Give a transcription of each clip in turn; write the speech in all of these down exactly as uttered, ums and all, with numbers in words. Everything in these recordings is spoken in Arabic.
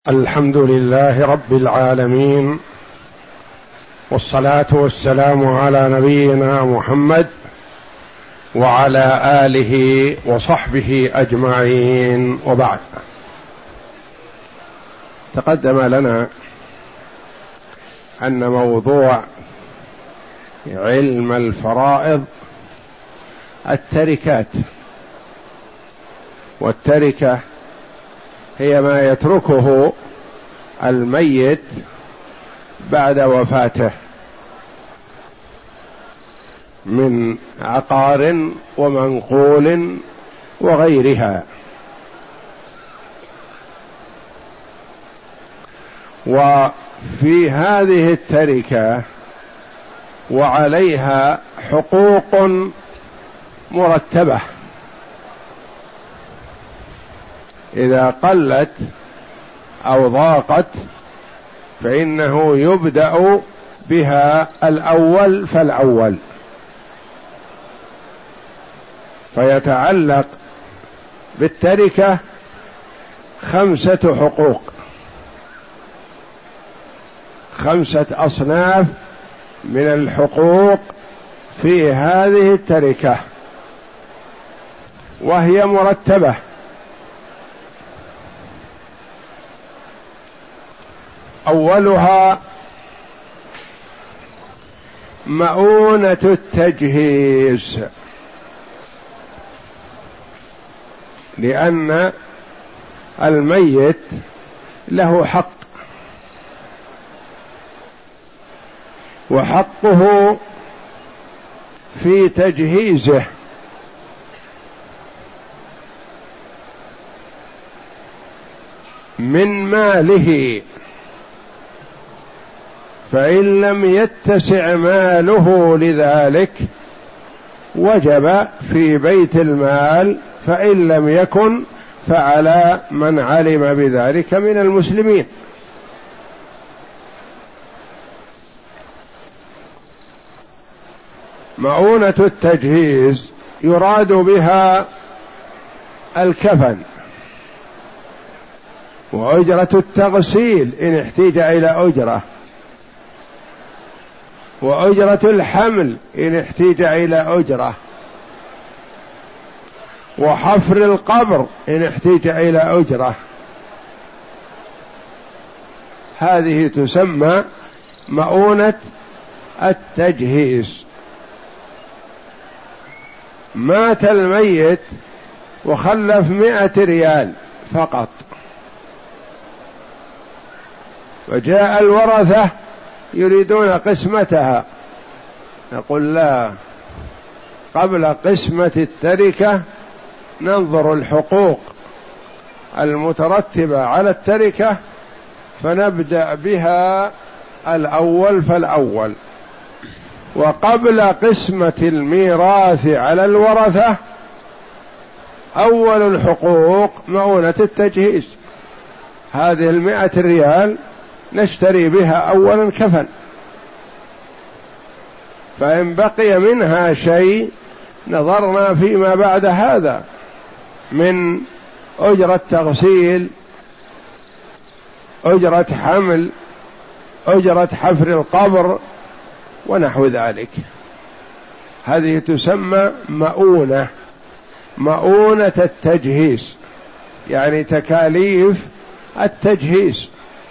الحمد لله رب العالمين، والصلاة والسلام على نبينا محمد وعلى آله وصحبه أجمعين، وبعد. تقدم لنا أن موضوع علم الفرائض التركات، والتركة هي ما يتركه الميت بعد وفاته من عقار ومنقول وغيرها. وفي هذه التركة وعليها حقوق مرتبة، إذا قلت أو ضاقت فإنه يبدأ بها الأول فالأول، فيتعلق بالتركة خمسة حقوق، خمسة أصناف من الحقوق في هذه التركة، وهي مرتبة. أولها مؤونة التجهيز، لأن الميت له حق، وحقه في تجهيزه، من ماله، فإن لم يتسع ماله لذلك وجب في بيت المال، فإن لم يكن فعلى من علم بذلك من المسلمين. مؤونة التجهيز يراد بها الكفن، وأجرة التغسيل إن احتاج إلى أجرة، وأجرة الحمل إن احتاج إلى أجرة، وحفر القبر إن احتاج إلى أجرة. هذه تسمى مؤونة التجهيز. مات الميت وخلف مئة ريال فقط، وجاء الورثة يريدون قسمتها، نقول لا، قبل قسمة التركة ننظر الحقوق المترتبة على التركة، فنبدأ بها الأول فالأول. وقبل قسمة الميراث على الورثة أول الحقوق مؤونة التجهيز، هذه المئة ريال نشتري بها أولا كفن، فإن بقي منها شيء نظرنا فيما بعد هذا من أجرة تغسيل، أجرة حمل، أجرة حفر القبر ونحو ذلك. هذه تسمى مؤونة، مؤونة التجهيز، يعني تكاليف التجهيز.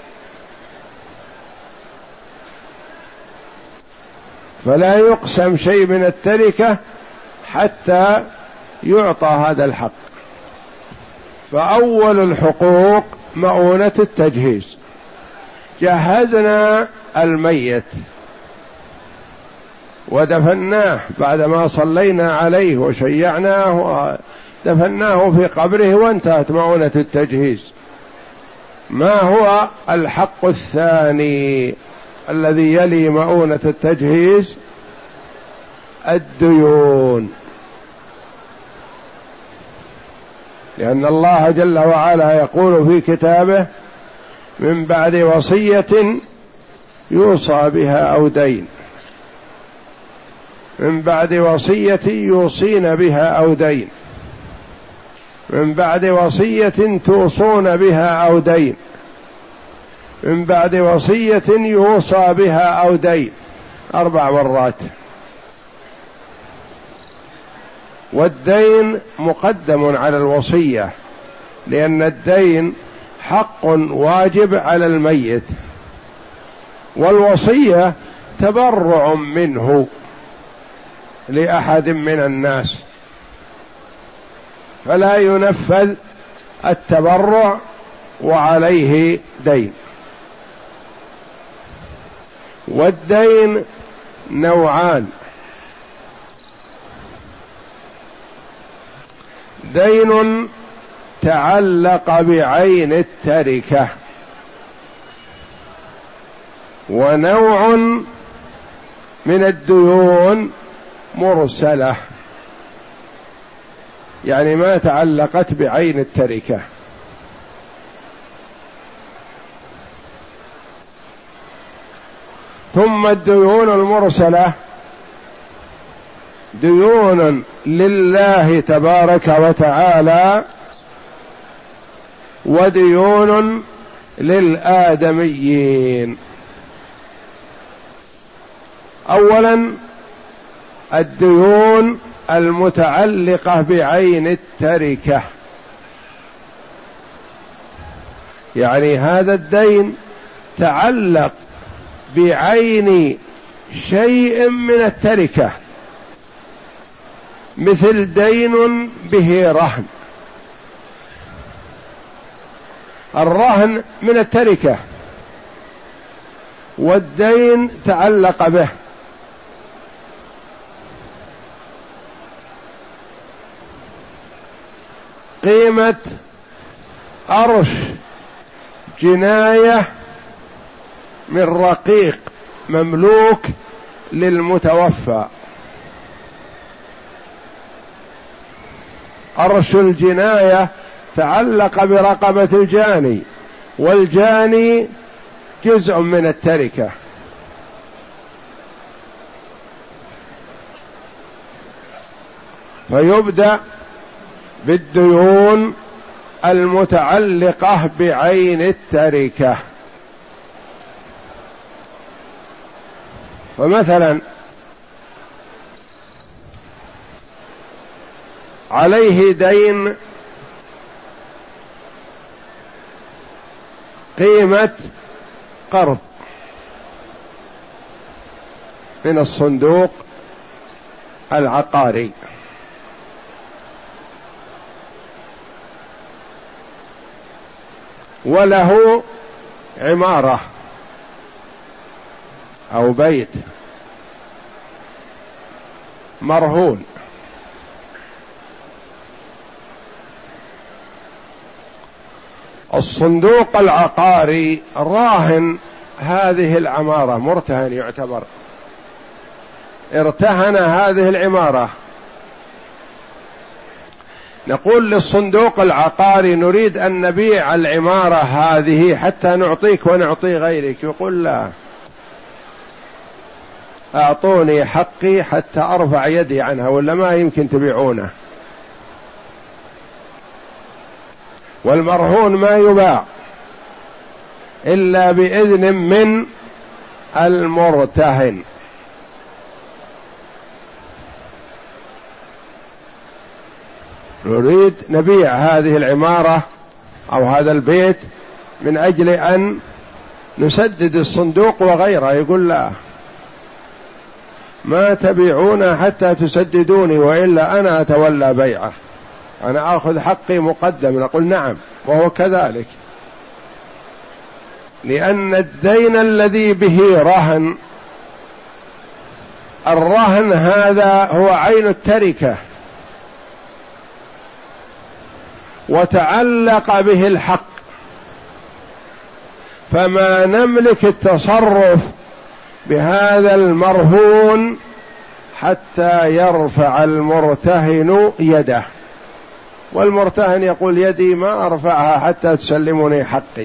فلا يقسم شيء من التركة حتى يعطى هذا الحق. فأول الحقوق مؤونة التجهيز. جهزنا الميت ودفناه بعدما صلينا عليه وشيعناه ودفناه في قبره، وانتهت مؤونة التجهيز. ما هو الحق الثاني الذي يلي مؤونة التجهيز؟ الديون، لأن الله جل وعلا يقول في كتابه: من بعد وصية يوصى بها أو دين، من بعد وصية يوصين بها أو دين، من بعد وصية توصون بها أو دين. من بعد وصية يوصى بها أو دين أربع مرات. والدين مقدم على الوصية لأن الدين حق واجب على الميت، والوصية تبرع منه لأحد من الناس، فلا ينفذ التبرع وعليه دين. والدين نوعان: دين تعلق بعين التركة، ونوع من الديون مرسلة، يعني ما تعلقت بعين التركة. ثم الديون المرسلة ديون لله تبارك وتعالى وديون للآدميين. أولا الديون المتعلقة بعين التركة، يعني هذا الدين تعلق بعين شيء من التركة، مثل دين به رهن. الرهن من التركة والدين تعلق به. قيمة أرش جناية من رقيق مملوك للمتوفى، أرش الجناية تعلق برقبة الجاني، والجاني جزء من التركة، فيبدأ بالديون المتعلقة بعين التركة. فمثلا عليه دين قيمة قرض من الصندوق العقاري، وله عمارة أو بيت مرهون، الصندوق العقاري راهن هذه العمارة، مرتهن يعتبر، ارتهن هذه العمارة. نقول للصندوق العقاري نريد أن نبيع العمارة هذه حتى نعطيك ونعطي غيرك، يقول لا، أعطوني حقي حتى أرفع يدي عنها ولا ما يمكن تبيعونه. والمرهون ما يباع إلا بإذن من المرتهن. نريد نبيع هذه العمارة أو هذا البيت من أجل أن نسدد الصندوق وغيره، يقول لا، ما تبيعون حتى تسددوني وإلا أنا أتولى بيعه، أنا أخذ حقي مقدم. نقول نعم، وهو كذلك، لأن الدين الذي به رهن، الرهن هذا هو عين التركة وتعلق به الحق، فما نملك التصرف بهذا المرهون حتى يرفع المرتهن يده، والمرتهن يقول يدي ما أرفعها حتى تسلمني حقي،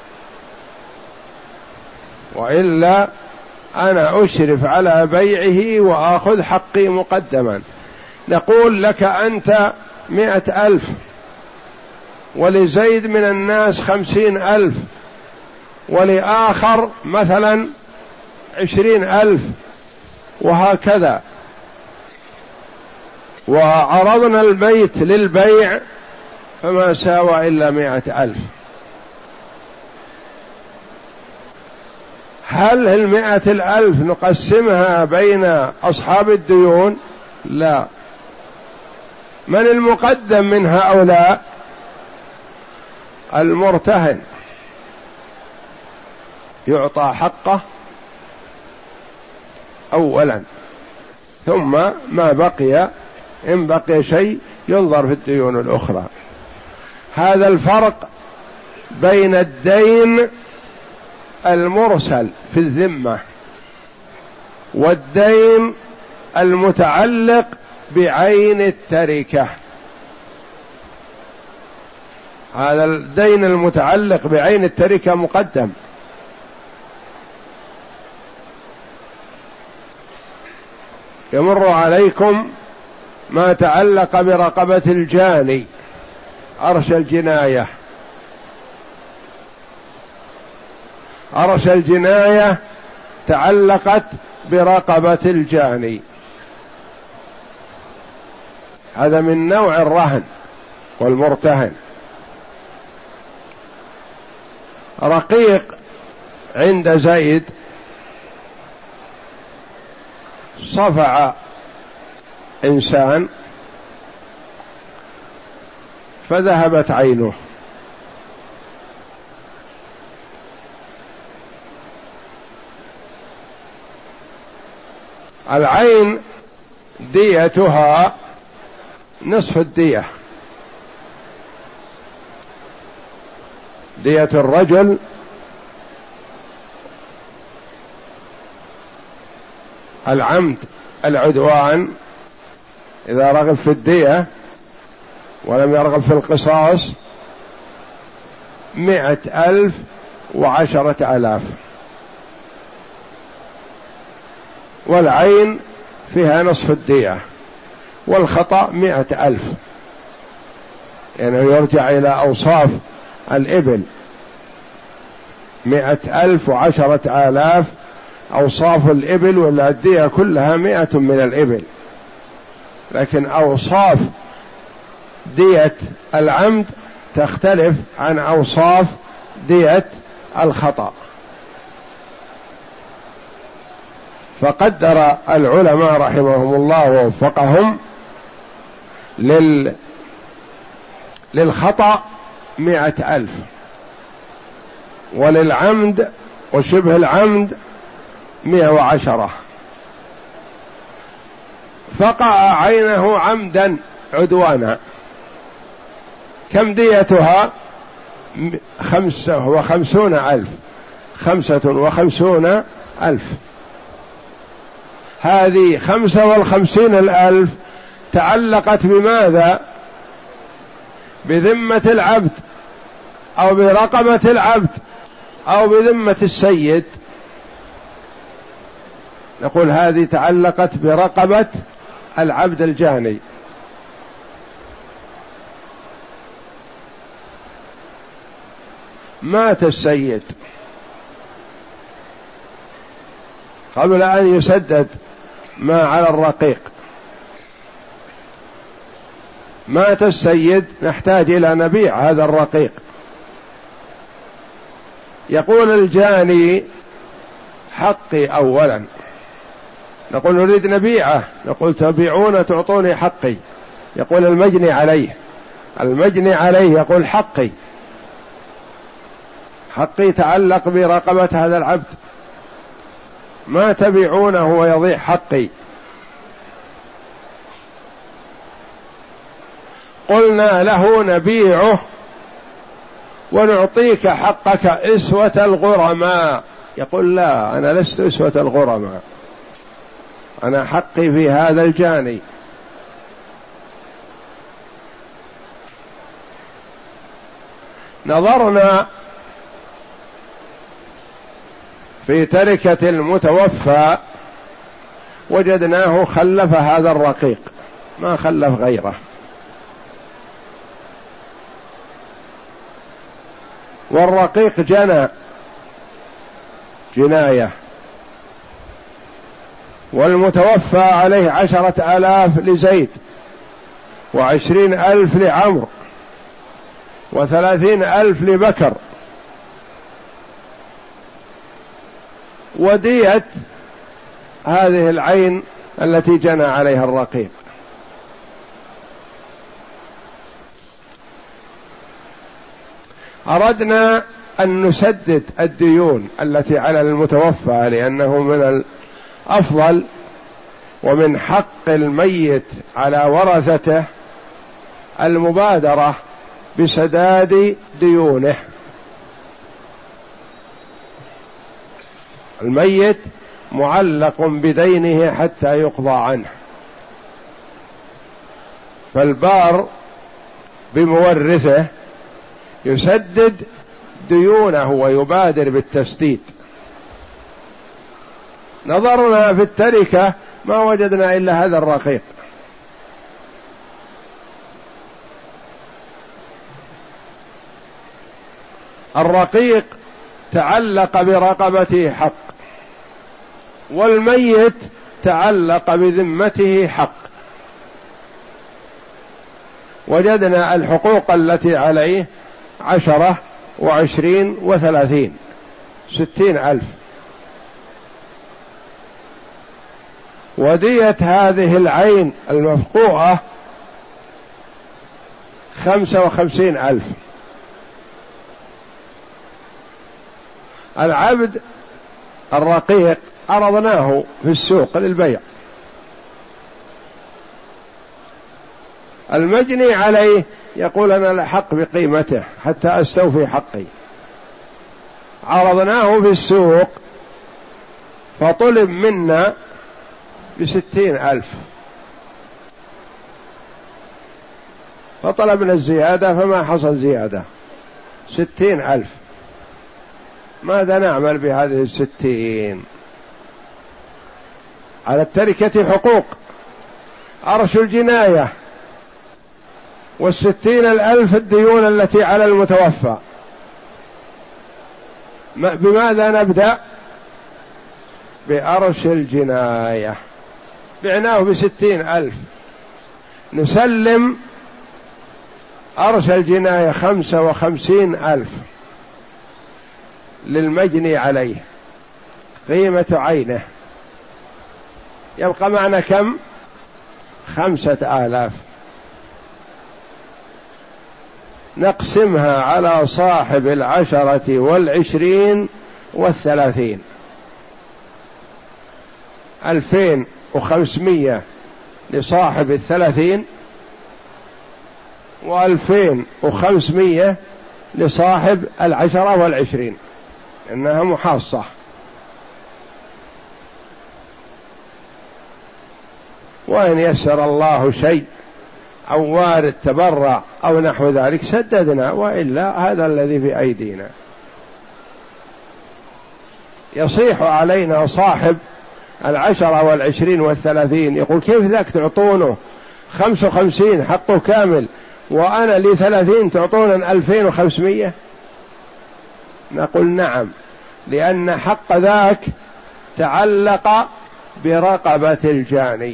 وإلا أنا أشرف على بيعه وآخذ حقي مقدما. نقول لك أنت مئة ألف ولزيد من الناس خمسين ألف، ولآخر مثلا عشرين ألف وهكذا، وعرضنا البيت للبيع فما ساوى إلا مائة ألف. هل المائة الألف نقسمها بين أصحاب الديون؟ لا. من المقدم من هؤلاء؟ المرتهن يعطى حقه أولا، ثم ما بقي إن بقي شيء ينظر في الديون الأخرى. هذا الفرق بين الدين المرسل في الذمة والدين المتعلق بعين التركة. هذا الدين المتعلق بعين التركة مقدم، يمر عليكم ما تعلق برقبة الجاني، أرش الجناية. أرش الجناية تعلقت برقبة الجاني، هذا من نوع الرهن والمرتهن. رقيق عند زيد صفع إنسان فذهبت عينه، العين ديتها نصف الدية، دية الرجل العمد العدوان إذا رغب في الدية ولم يرغب في القصاص مئة ألف وعشرة آلاف، والعين فيها نصف الدية، والخطأ مئة ألف، يعني يرجع إلى أوصاف الإبل، مئة ألف وعشرة آلاف أوصاف الإبل، ولا الدية كلها مئة من الإبل، لكن أوصاف دية العمد تختلف عن أوصاف دية الخطأ. فقدر العلماء رحمهم الله ووفقهم لل للخطأ مئة ألف، وللعمد وشبه العمد مئة وعشرة. فقع عينه عمدا عدوانا، كم ديتها؟ خمسة وخمسون ألف، خمسة وخمسون ألف. هذه خمسة والخمسين الألف تعلقت بماذا؟ بذمة العبد أو برقبة العبد أو بذمة السيد. نقول هذه تعلقت برقبة العبد الجاني. مات السيد قبل أن يسدد ما على الرقيق، مات السيد، نحتاج إلى نبيع هذا الرقيق. يقول الجاني حقي أولا، نقول نريد نبيعه، نقول تبيعون تعطوني حقي. يقول المجني عليه، المجني عليه يقول حقي، حقي تعلق برقبة هذا العبد، ما تبيعونه ويضيع حقي. قلنا له نبيعه ونعطيك حقك إسوة الغرماء. يقول لا، أنا لست إسوة الغرماء، أنا حقي في هذا الجاني. نظرنا في تركة المتوفى وجدناه خلف هذا الرقيق، ما خلف غيره، والرقيق جنى جناية، والمتوفى عليه عشرة آلاف لزيد، وعشرين ألف لعمرو، وثلاثين ألف لبكر، ودية هذه العين التي جنى عليها الرقيق. أردنا أن نسدد الديون التي على المتوفى، لأنه من الأفضل ومن حق الميت على ورثته المبادرة بسداد ديونه. الميت معلق بدينه حتى يقضى عنه، فالبار بمورثه يسدد ديونه ويبادر بالتسديد. نظرنا في التركة ما وجدنا إلا هذا الرقيق، الرقيق تعلق برقبته حق، والميت تعلق بذمته حق. وجدنا الحقوق التي عليه عشرة وعشرين وثلاثين، ستين ألف. ودية هذه العين المفقوعة خمسة وخمسين ألف. العبد الرقيق عرضناه في السوق للبيع، المجني عليه يقول أنا لحق بقيمته حتى أستوفي حقي. عرضناه في السوق فطلب منا بستين ألف، فطلبنا الزيادة فما حصل زيادة، ستين ألف. ماذا نعمل بهذه الستين؟ على التركة حقوق، أرش الجناية، والستين الألف الديون التي على المتوفى. بماذا نبدأ؟ بأرش الجناية. بعناه بستين ألف، نسلم أرش الجناية خمسة وخمسين ألف للمجني عليه قيمة عينه، يبقى معنا كم؟ خمسة آلاف. نقسمها على صاحب العشرة والعشرين والثلاثين، ألفين وخمسمية لصاحب الثلاثين، وألفين وخمسمية لصاحب العشرة والعشرين، إنها محاصة. وإن يسر الله شيء أو وارد تبرع أو نحو ذلك سددنا، وإلا هذا الذي في أيدينا. يصيح علينا صاحب العشرة والعشرين والثلاثين يقول كيف ذاك تعطونه خمسة وخمسين حقه كامل وأنا لي ثلاثين تعطونا ألفين وخمسمية؟ نقول نعم، لأن حق ذاك تعلق برقبة الجاني،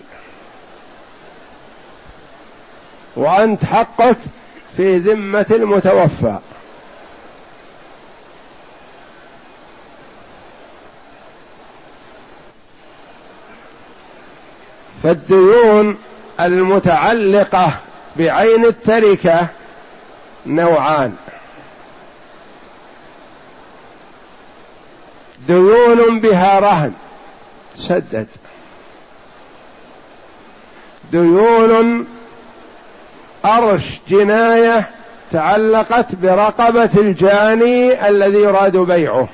وأنت حقك في ذمة المتوفى. فالديون المتعلقة بعين التركة نوعان: ديون بها رهن سدد، ديون أرش جناية تعلقت برقبة الجاني الذي يراد بيعه.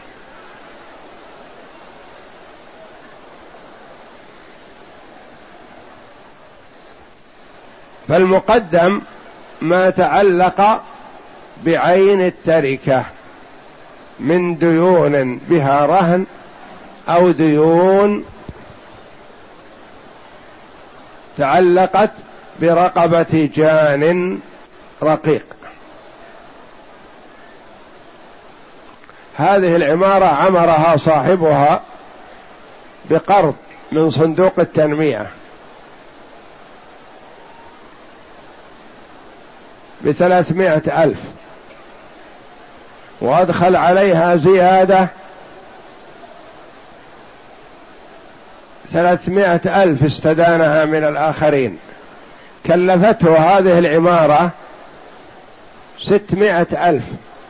فالمقدم ما تعلق بعين التركة من ديون بها رهن أو ديون تعلقت برقبة جان رقيق. هذه العمارة عمرها صاحبها بقرض من صندوق التنمية بثلاثمائة ألف، وأدخل عليها زيادة ثلاثمائة ألف استدانها من الآخرين، كلفته هذه العمارة ستمائة ألف.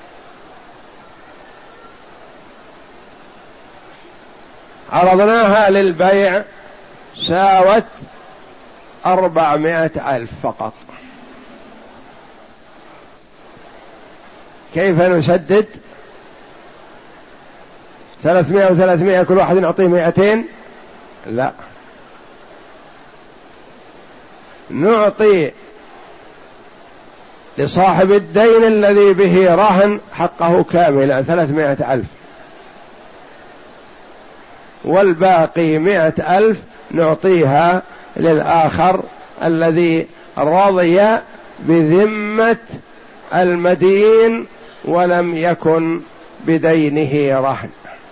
عرضناها للبيع ساوت أربعمائة ألف فقط. كيف نسدد؟ ثلاثمائة وثلاثمائة كل واحد نعطيه مائتين؟ لا، نعطي لصاحب الدين الذي به رهن حقه كاملا ثلاثمائة ألف، والباقي مائة ألف نعطيها للآخر الذي رضي بذمة المدين ولم يكن بدينه رهن.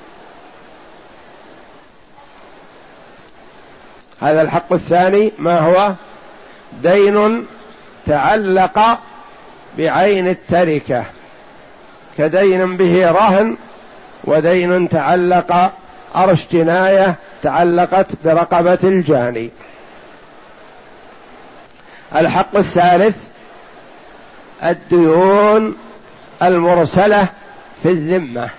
هذا الحق الثاني. ما هو؟ دين تعلق بعين التركة، كدين به رهن، ودين تعلق أرش جناية تعلقت برقبة الجاني. الحق الثالث الديون المرسلة في الذمة،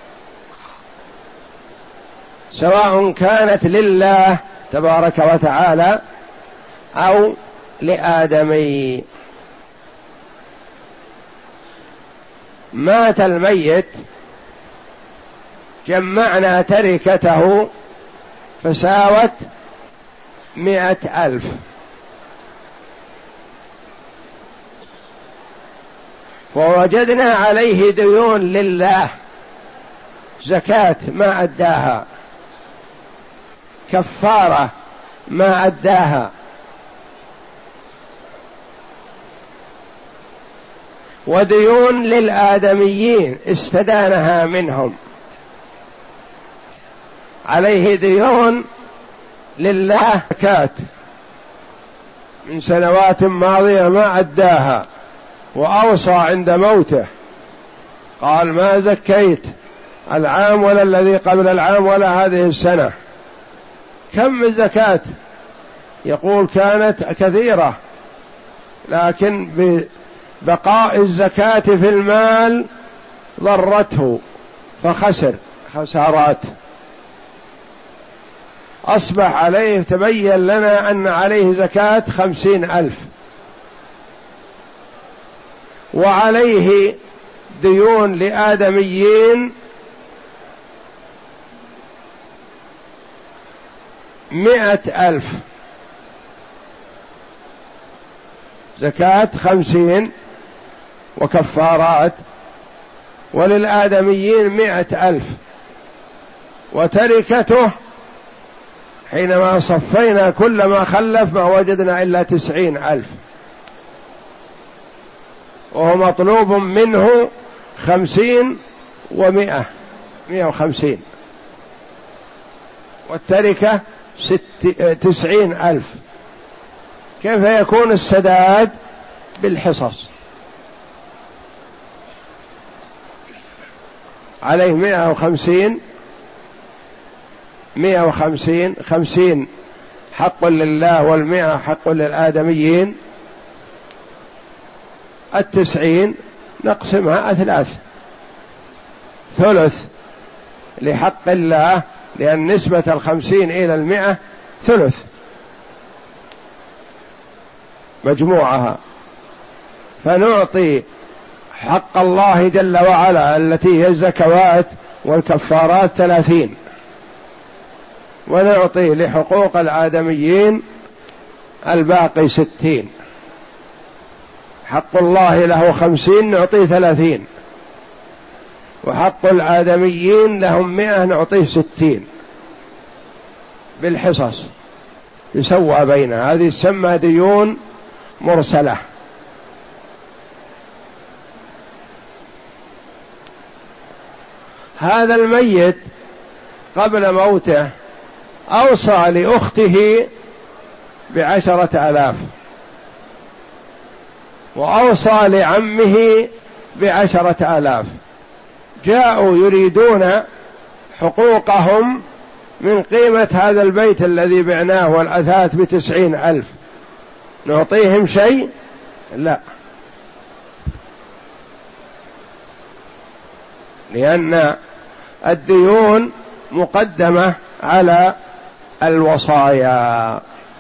سواء كانت لله تبارك وتعالى أو لآدمي. مات الميت، جمعنا تركته فساوت مئة ألف، ووجدنا عليه ديون لله، زكاة ما أداها، كفارة ما أداها، وديون للآدميين استدانها منهم، عليه ديون لله زكاة من سنوات ماضية ما أداها، وأوصى عند موته قال ما زكيت العام ولا الذي قبل العام ولا هذه السنة. كم الزكاة؟ يقول كانت كثيرة، لكن ببقاء الزكاة في المال ضرته فخسر خسارات. أصبح عليه، تبين لنا أن عليه زكاة خمسين ألف، وعليه ديون لآدميين مئة ألف، زكاة خمسين وكفارات، وللآدميين مئة ألف، وتركته حينما صفينا كل ما خلف ما وجدنا إلا تسعين ألف، وهو مطلوب منه خمسين ومئة، مئة وخمسين، والتركة ست تسعين ألف. كيف يكون السداد؟ بالحصص، عليه مئة وخمسين، مئة وخمسين، خمسين حق لله والمئة حق للآدميين، التسعين نقسمها أثلاث، ثلث لحق الله، لأن نسبة الخمسين إلى المئة ثلث مجموعها، فنعطي حق الله جل وعلا التي هي الزكوات والكفارات ثلاثين، ونعطي لحقوق الآدميين الباقي ستين. حق الله له خمسين نعطيه ثلاثين، وحق الآدميين لهم مئة نعطيه ستين بالحصص، يسوى بينها. هذه تسمى ديون مرسلة. هذا الميت قبل موته أوصى لأخته بعشرة آلاف، وأوصى لعمه بعشرة آلاف، جاءوا يريدون حقوقهم من قيمة هذا البيت الذي بعناه والأثاث بتسعين ألف، نعطيهم شيء؟ لا، لأن الديون مقدمة على الوصايا.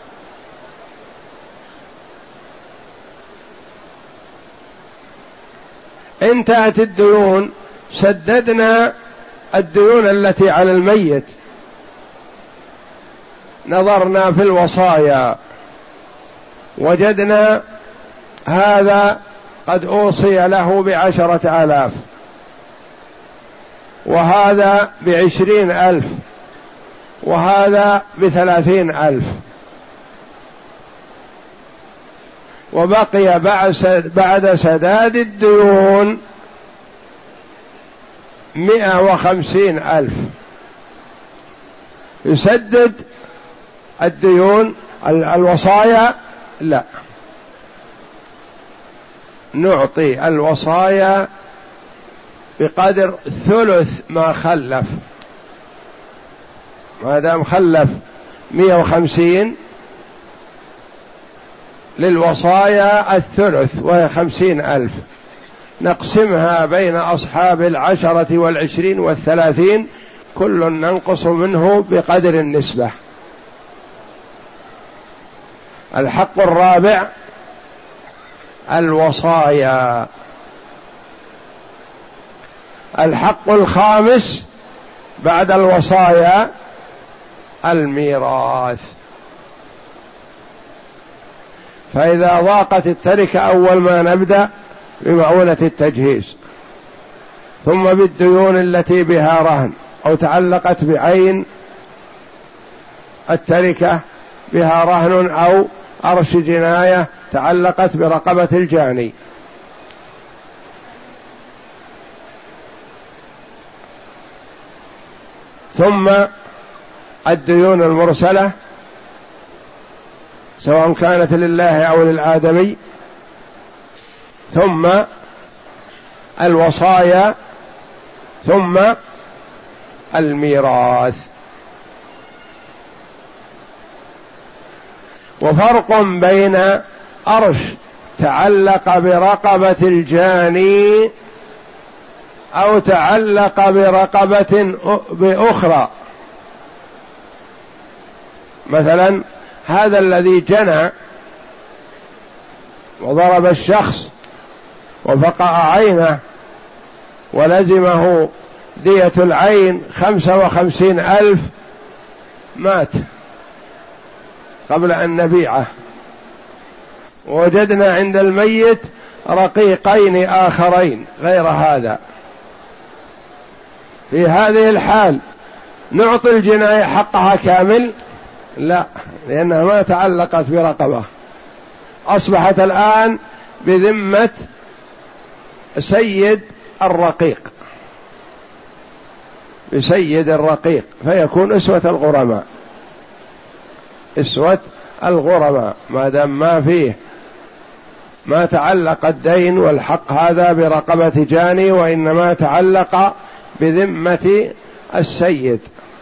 انتهت الديون، سددنا الديون التي على الميت، نظرنا في الوصايا وجدنا هذا قد أوصي له بعشرة آلاف، وهذا بعشرين ألف، وهذا بثلاثين ألف، وبقي بعد سداد الديون مئة وخمسين ألف. يسدد الديون الوصايا؟ لا، نعطي الوصايا بقدر ثلث ما خلف، ما دام خلف مئة وخمسين للوصايا الثلث وهي خمسين ألف، نقسمها بين أصحاب العشرة والعشرين والثلاثين، كل ننقص منه بقدر النسبة. الحق الرابع الوصايا. الحق الخامس بعد الوصايا الميراث. فإذا ضاقت التركة أول ما نبدأ بمعونة التجهيز، ثم بالديون التي بها رهن أو تعلقت بعين التركة بها رهن أو أرش جناية تعلقت برقبة الجاني، ثم الديون المرسلة سواء كانت لله أو للآدمي، ثم الوصايا، ثم الميراث. وفرق بين أرش تعلق برقبة الجاني أو تعلق برقبة بأخرى. مثلا هذا الذي جنى وضرب الشخص وفقع عينه ولزمه دية العين خمسة وخمسين ألف، مات قبل أن نبيعه، ووجدنا عند الميت رقيقين آخرين غير هذا. في هذه الحال نعطي الجناية حقها كامل؟ لا، لأنها ما تعلقت برقبة، أصبحت الآن بذمة سيد الرقيق، بسيد الرقيق، فيكون أسوة الغرماء، أسوة الغرماء، ما دام ما فيه ما تعلق الدين والحق هذا برقبة جاني، وإنما تعلق بذمة السيد.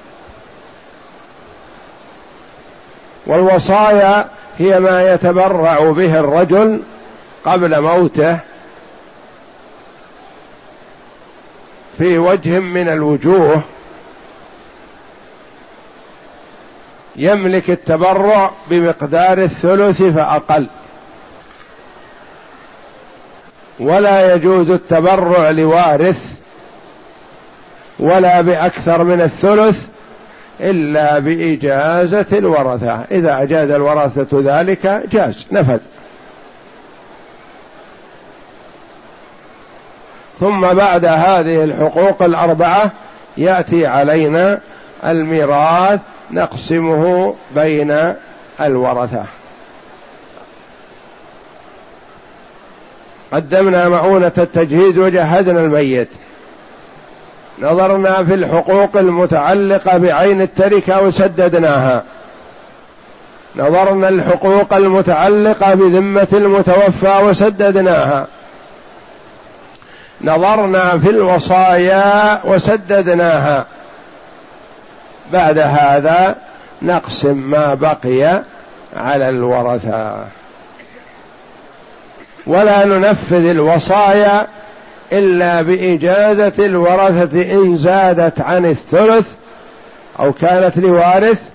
والوصايا هي ما يتبرع به الرجل قبل موته في وجه من الوجوه، يملك التبرع بمقدار الثلث فأقل، ولا يجوز التبرع لوارث ولا بأكثر من الثلث إلا بإجازة الورثة. إذا أجاز الورثة ذلك جاز، نفذ. ثم بعد هذه الحقوق الأربعة يأتي علينا الميراث نقسمه بين الورثة. قدمنا مؤونة التجهيز وجهزنا الميت، نظرنا في الحقوق المتعلقة بعين التركة وسددناها، نظرنا الحقوق المتعلقة بذمة المتوفى وسددناها، نظرنا في الوصايا وسددناها. بعد هذا نقسم ما بقي على الورثة، ولا ننفذ الوصايا إلا بإجازة الورثة إن زادت عن الثلث أو كانت لوارث،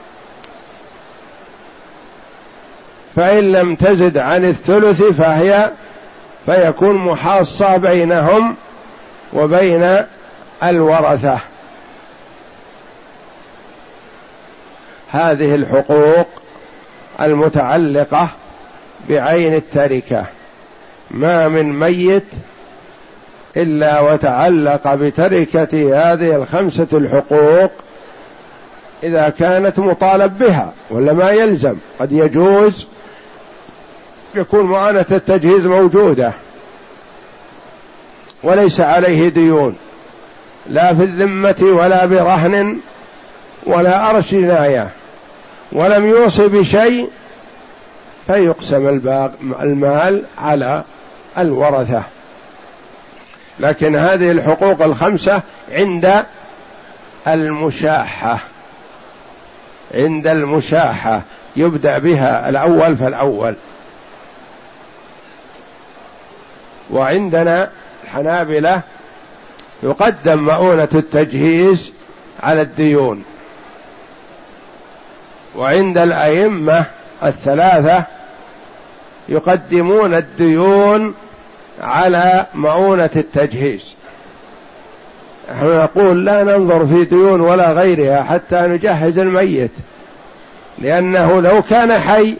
فإن لم تزد عن الثلث فهي فيكون محاصة بينهم وبين الورثة. هذه الحقوق المتعلقة بعين التركة، ما من ميت إلا وتعلق بتركة هذه الخمسة الحقوق إذا كانت مطالب بها، ولا ما يلزم. قد يجوز يكون معاناة التجهيز موجودة وليس عليه ديون لا في الذمة ولا برهن ولا أرش جناية، ولم يوصي بشيء، فيقسم المال على الورثة. لكن هذه الحقوق الخمسة عند المشاحة، عند المشاحة يبدأ بها الأول فالأول. وعندنا الحنابلة يقدم مؤونة التجهيز على الديون، وعند الأئمة الثلاثة يقدمون الديون على مؤونة التجهيز. نحن نقول لا ننظر في ديون ولا غيرها حتى نجهز الميت، لأنه لو كان حي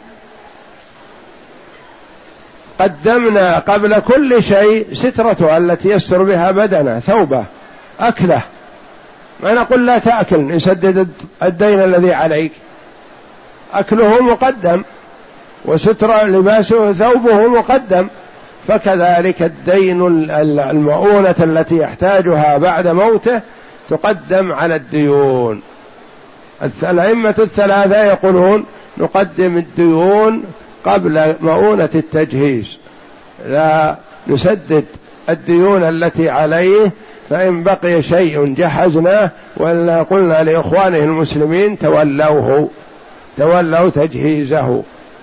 قدمنا قبل كل شيء سترته التي يستر بها بدنه، ثوبه، أكله. ما نقول لا تأكل نسدد الدين الذي عليك، أكله مقدم وستر لباسه ثوبه مقدم. فكذلك الدين المؤونة التي يحتاجها بعد موته تقدم على الديون. الأئمة الثلاثة يقولون نقدم الديون قبل مؤونة التجهيز، لا نسدد الديون التي عليه، فإن بقي شيء جهزناه، ولا قلنا لإخوانه المسلمين تولوه تولوا تجهيزه.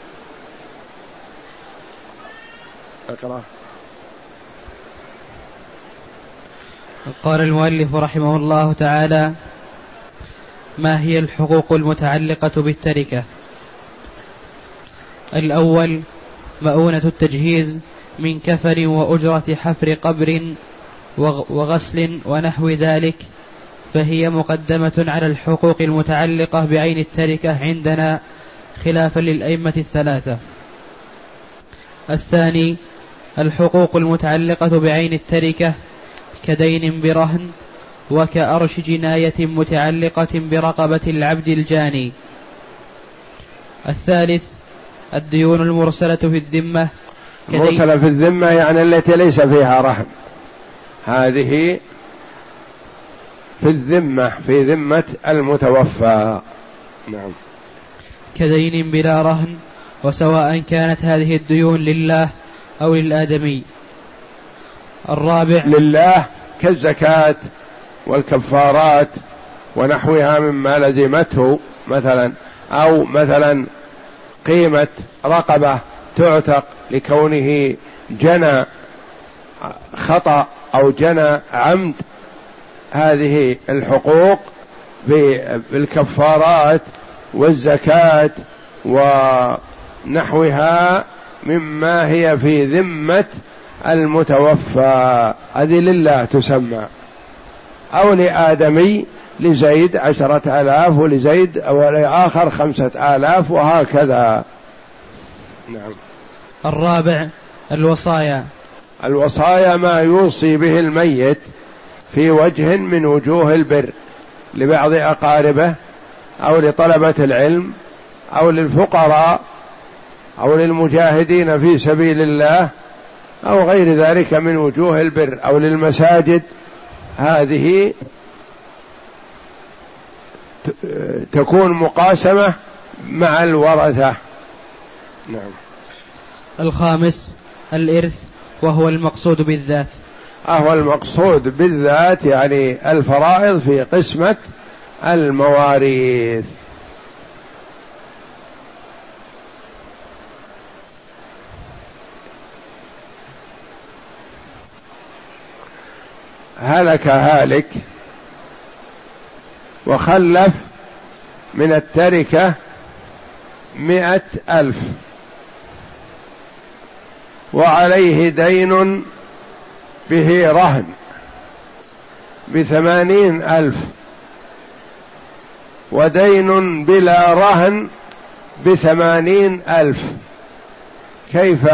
أقرأ. قال المؤلف رحمه الله تعالى: ما هي الحقوق المتعلقة بالتركة؟ الأول مؤونة التجهيز من كفن وأجرة حفر قبر وغسل ونحو ذلك، فهي مقدمة على الحقوق المتعلقة بعين التركة عندنا خلافا للأئمة الثلاثة. الثاني الحقوق المتعلقة بعين التركة كدين برهن وكأرش جناية متعلقة برقبة العبد الجاني. الثالث الديون المرسلة في الذمة. مرسلة في الذمة يعني التي ليس فيها رهن، هذه في الذمة، في ذمة المتوفى. نعم. كدين بلا رهن، وسواء كانت هذه الديون لله أو للآدمي. الرابع لله كالزكاة والكفارات ونحوها مما لزمته مثلا، أو مثلا قيمة رقبة تعتق لكونه جنى خطأ أو جنى عمد. هذه الحقوق بالكفارات والزكاة ونحوها مما هي في ذمة المتوفى، هذه لله تسمى، أو لآدمي لزيد عشرة آلاف ولزيد أو لآخر خمسة آلاف وهكذا. نعم. الرابع الوصايا. الوصايا ما يوصي به الميت في وجه من وجوه البر لبعض أقاربه أو لطلبة العلم أو للفقراء أو للمجاهدين في سبيل الله أو غير ذلك من وجوه البر، أو للمساجد هذه تكون مقاسمة مع الورثة. نعم. الخامس الإرث، وهو المقصود بالذات. أهو المقصود بالذات يعني الفرائض في قسمة المواريث. هلك هالك وخلف من التركة مئة ألف وعليه دين به رهن بثمانين ألف ودين بلا رهن بثمانين ألف، كيف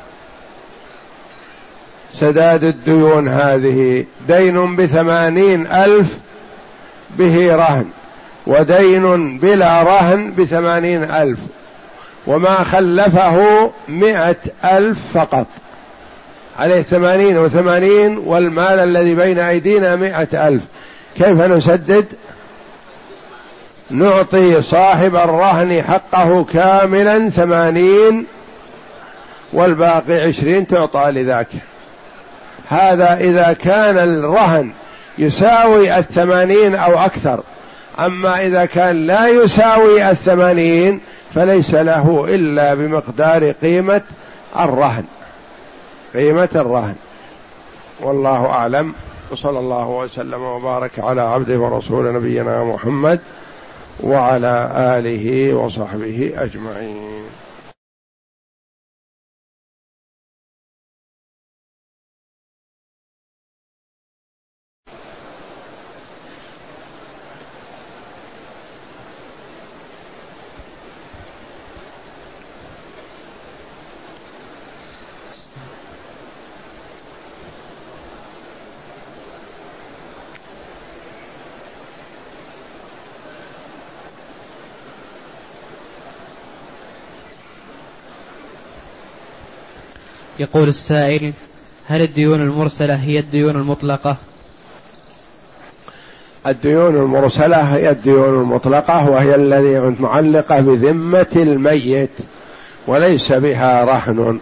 سداد الديون هذه؟ دين بثمانين ألف به رهن ودين بلا رهن بثمانين ألف، وما خلفه مئة ألف فقط، عليه ثمانين وثمانين والمال الذي بين أيدينا مئة ألف، كيف نسدد؟ نعطي صاحب الرهن حقه كاملا ثمانين والباقي عشرين تعطى لذاك. هذا إذا كان الرهن يساوي الثمانين أو أكثر، أما إذا كان لا يساوي الثمانين فليس له إلا بمقدار قيمة الرهن، قيمة الرهن. والله أعلم، وصلى الله وسلم وبارك على عبده ورسول نبينا محمد وعلى آله وصحبه أجمعين. يقول السائل: هل الديون المرسلة هي الديون المطلقة؟ الديون المرسلة هي الديون المطلقة، وهي التي متعلقة بذمة الميت وليس بها رهن.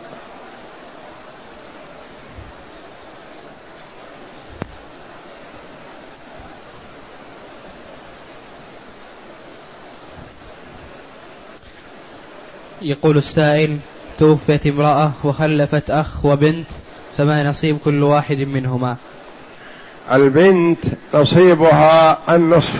يقول السائل: توفيت امرأة وخلفت أخ وبنت، فما نصيب كل واحد منهما؟ البنت نصيبها النصف،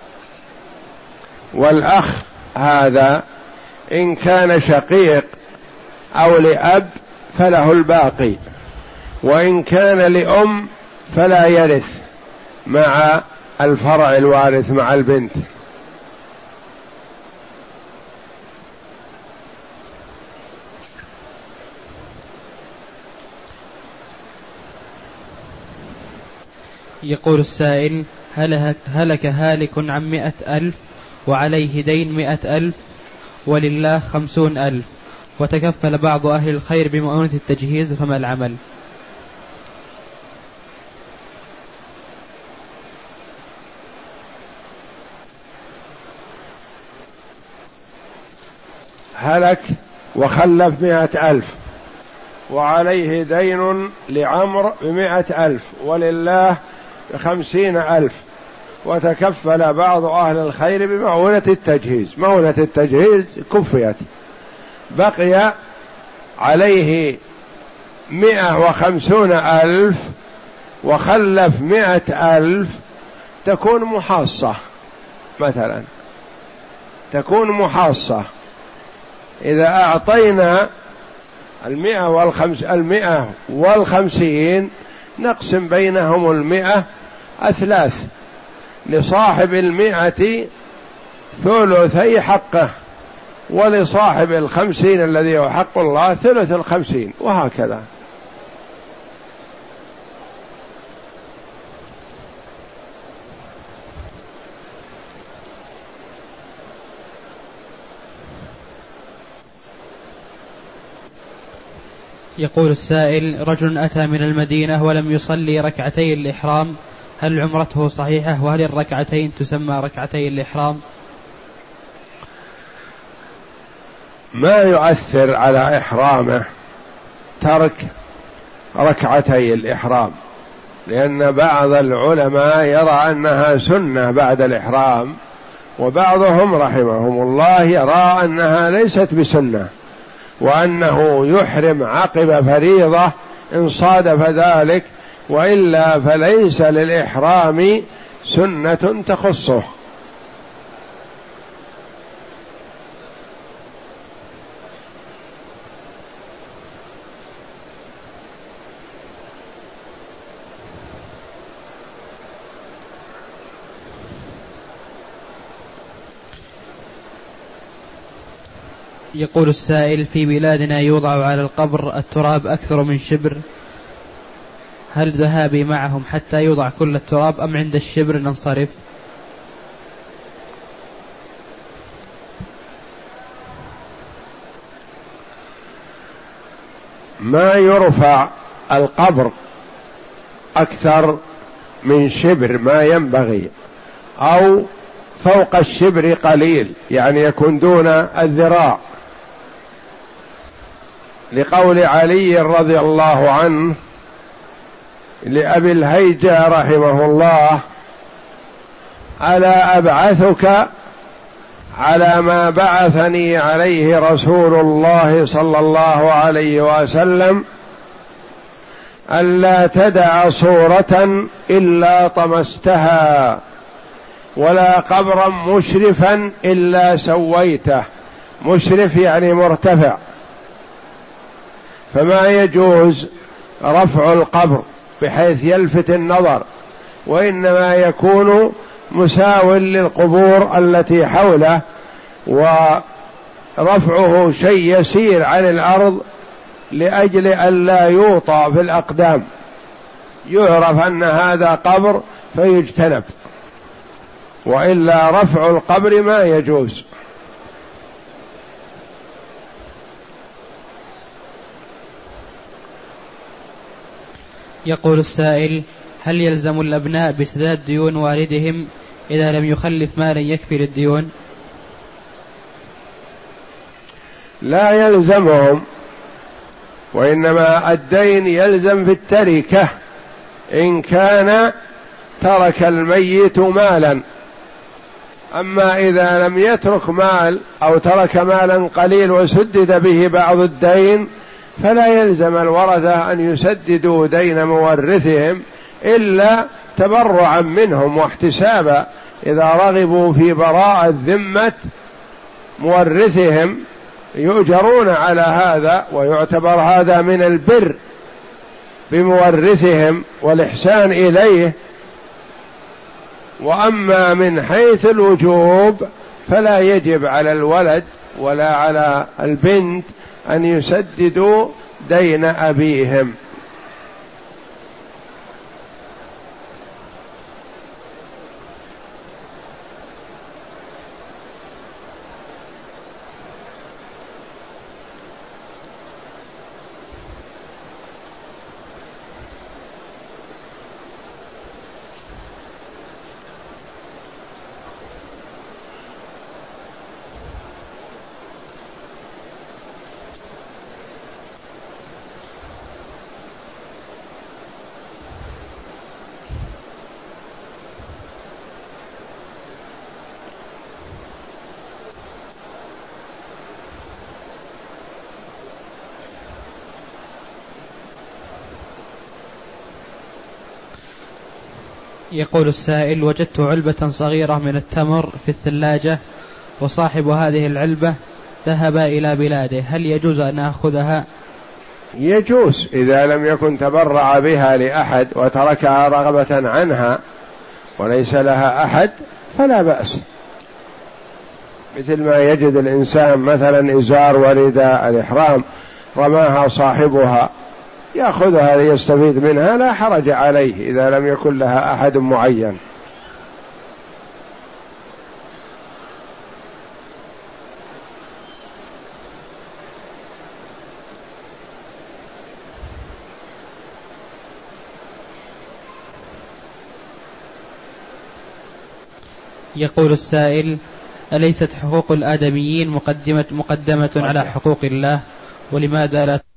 والأخ هذا إن كان شقيق أو لأب فله الباقي، وإن كان لأم فلا يرث مع الفرع الوارث مع البنت. يقول السائل: هلك هالك عن مئة ألف وعليه دين مئة ألف ولله خمسون ألف، وتكفل بعض أهل الخير بمؤونة التجهيز، فما العمل؟ هلك وخلف مئة ألف وعليه دين لعمر بمئة ألف ولله بخمسين ألف، وتكفل بعض أهل الخير بمؤونة التجهيز، مؤونة التجهيز كفيت، بقي عليه مئة وخمسون ألف وخلف مئة ألف، تكون محاصة مثلا، تكون محاصة. إذا أعطينا المئة والخمس المئة والخمسين نقسم بينهم المئة أثلاث، لصاحب المئة ثلثي حقه، ولصاحب الخمسين الذي هو حق الله ثلث الخمسين، وهكذا. يقول السائل: رجل أتى من المدينة ولم يصلي ركعتي الإحرام هل عمرته صحيحة؟ وهل الركعتين تسمى ركعتي الإحرام؟ ما يؤثر على إحرامه ترك ركعتي الإحرام، لأن بعض العلماء يرى أنها سنة بعد الإحرام، وبعضهم رحمهم الله يرى أنها ليست بسنة، وأنه يحرم عقب فريضة إن صادف ذلك، وإلا فليس للإحرام سنة تخصه. يقول السائل: في بلادنا يوضع على القبر التراب أكثر من شبر، هل ذهابي معهم حتى يوضع كل التراب أم عند الشبر ننصرف؟ ما يرفع القبر أكثر من شبر ما ينبغي، أو فوق الشبر قليل، يعني يكون دون الذراع، لقول علي رضي الله عنه لأبي الهيجة رحمه الله: ألا أبعثك على ما بعثني عليه رسول الله صلى الله عليه وسلم، ألا تدع صورة إلا طمستها، ولا قبرا مشرفا إلا سويته. مشرف يعني مرتفع، فما يجوز رفع القبر بحيث يلفت النظر، وإنما يكون مساو للقبور التي حوله، ورفعه شيء يسير عن الأرض لأجل أن لا يوطى في الأقدام، يعرف أن هذا قبر فيجتنب، وإلا رفع القبر ما يجوز. يقول السائل: هل يلزم الأبناء بسداد ديون والدهم إذا لم يخلف مالا يكفي للديون؟ لا يلزمهم، وإنما الدين يلزم في التركة إن كان ترك الميت مالا. أما إذا لم يترك مال أو ترك مالا قليل وسدد به بعض الدين، فلا يلزم الورثة أن يسددوا دين مورثهم إلا تبرعا منهم واحتسابا، إذا رغبوا في براءة ذمة مورثهم يؤجرون على هذا، ويعتبر هذا من البر بمورثهم والإحسان إليه. وأما من حيث الوجوب فلا يجب على الولد ولا على البنت أن يسددوا دين أبيهم. يقول السائل: وجدت علبة صغيرة من التمر في الثلاجة، وصاحب هذه العلبة ذهب إلى بلاده، هل يجوز أن أخذها؟ يجوز إذا لم يكن تبرع بها لأحد وتركها رغبة عنها وليس لها أحد فلا بأس، مثل ما يجد الإنسان مثلا إزار ورداء الإحرام رماها صاحبها يأخذها ليستفيد منها، لا حرج عليه إذا لم يكن لها أحد معين. يقول السائل: أليست حقوق الآدميين مقدمة, مقدمة على حقوق الله؟ ولماذا لا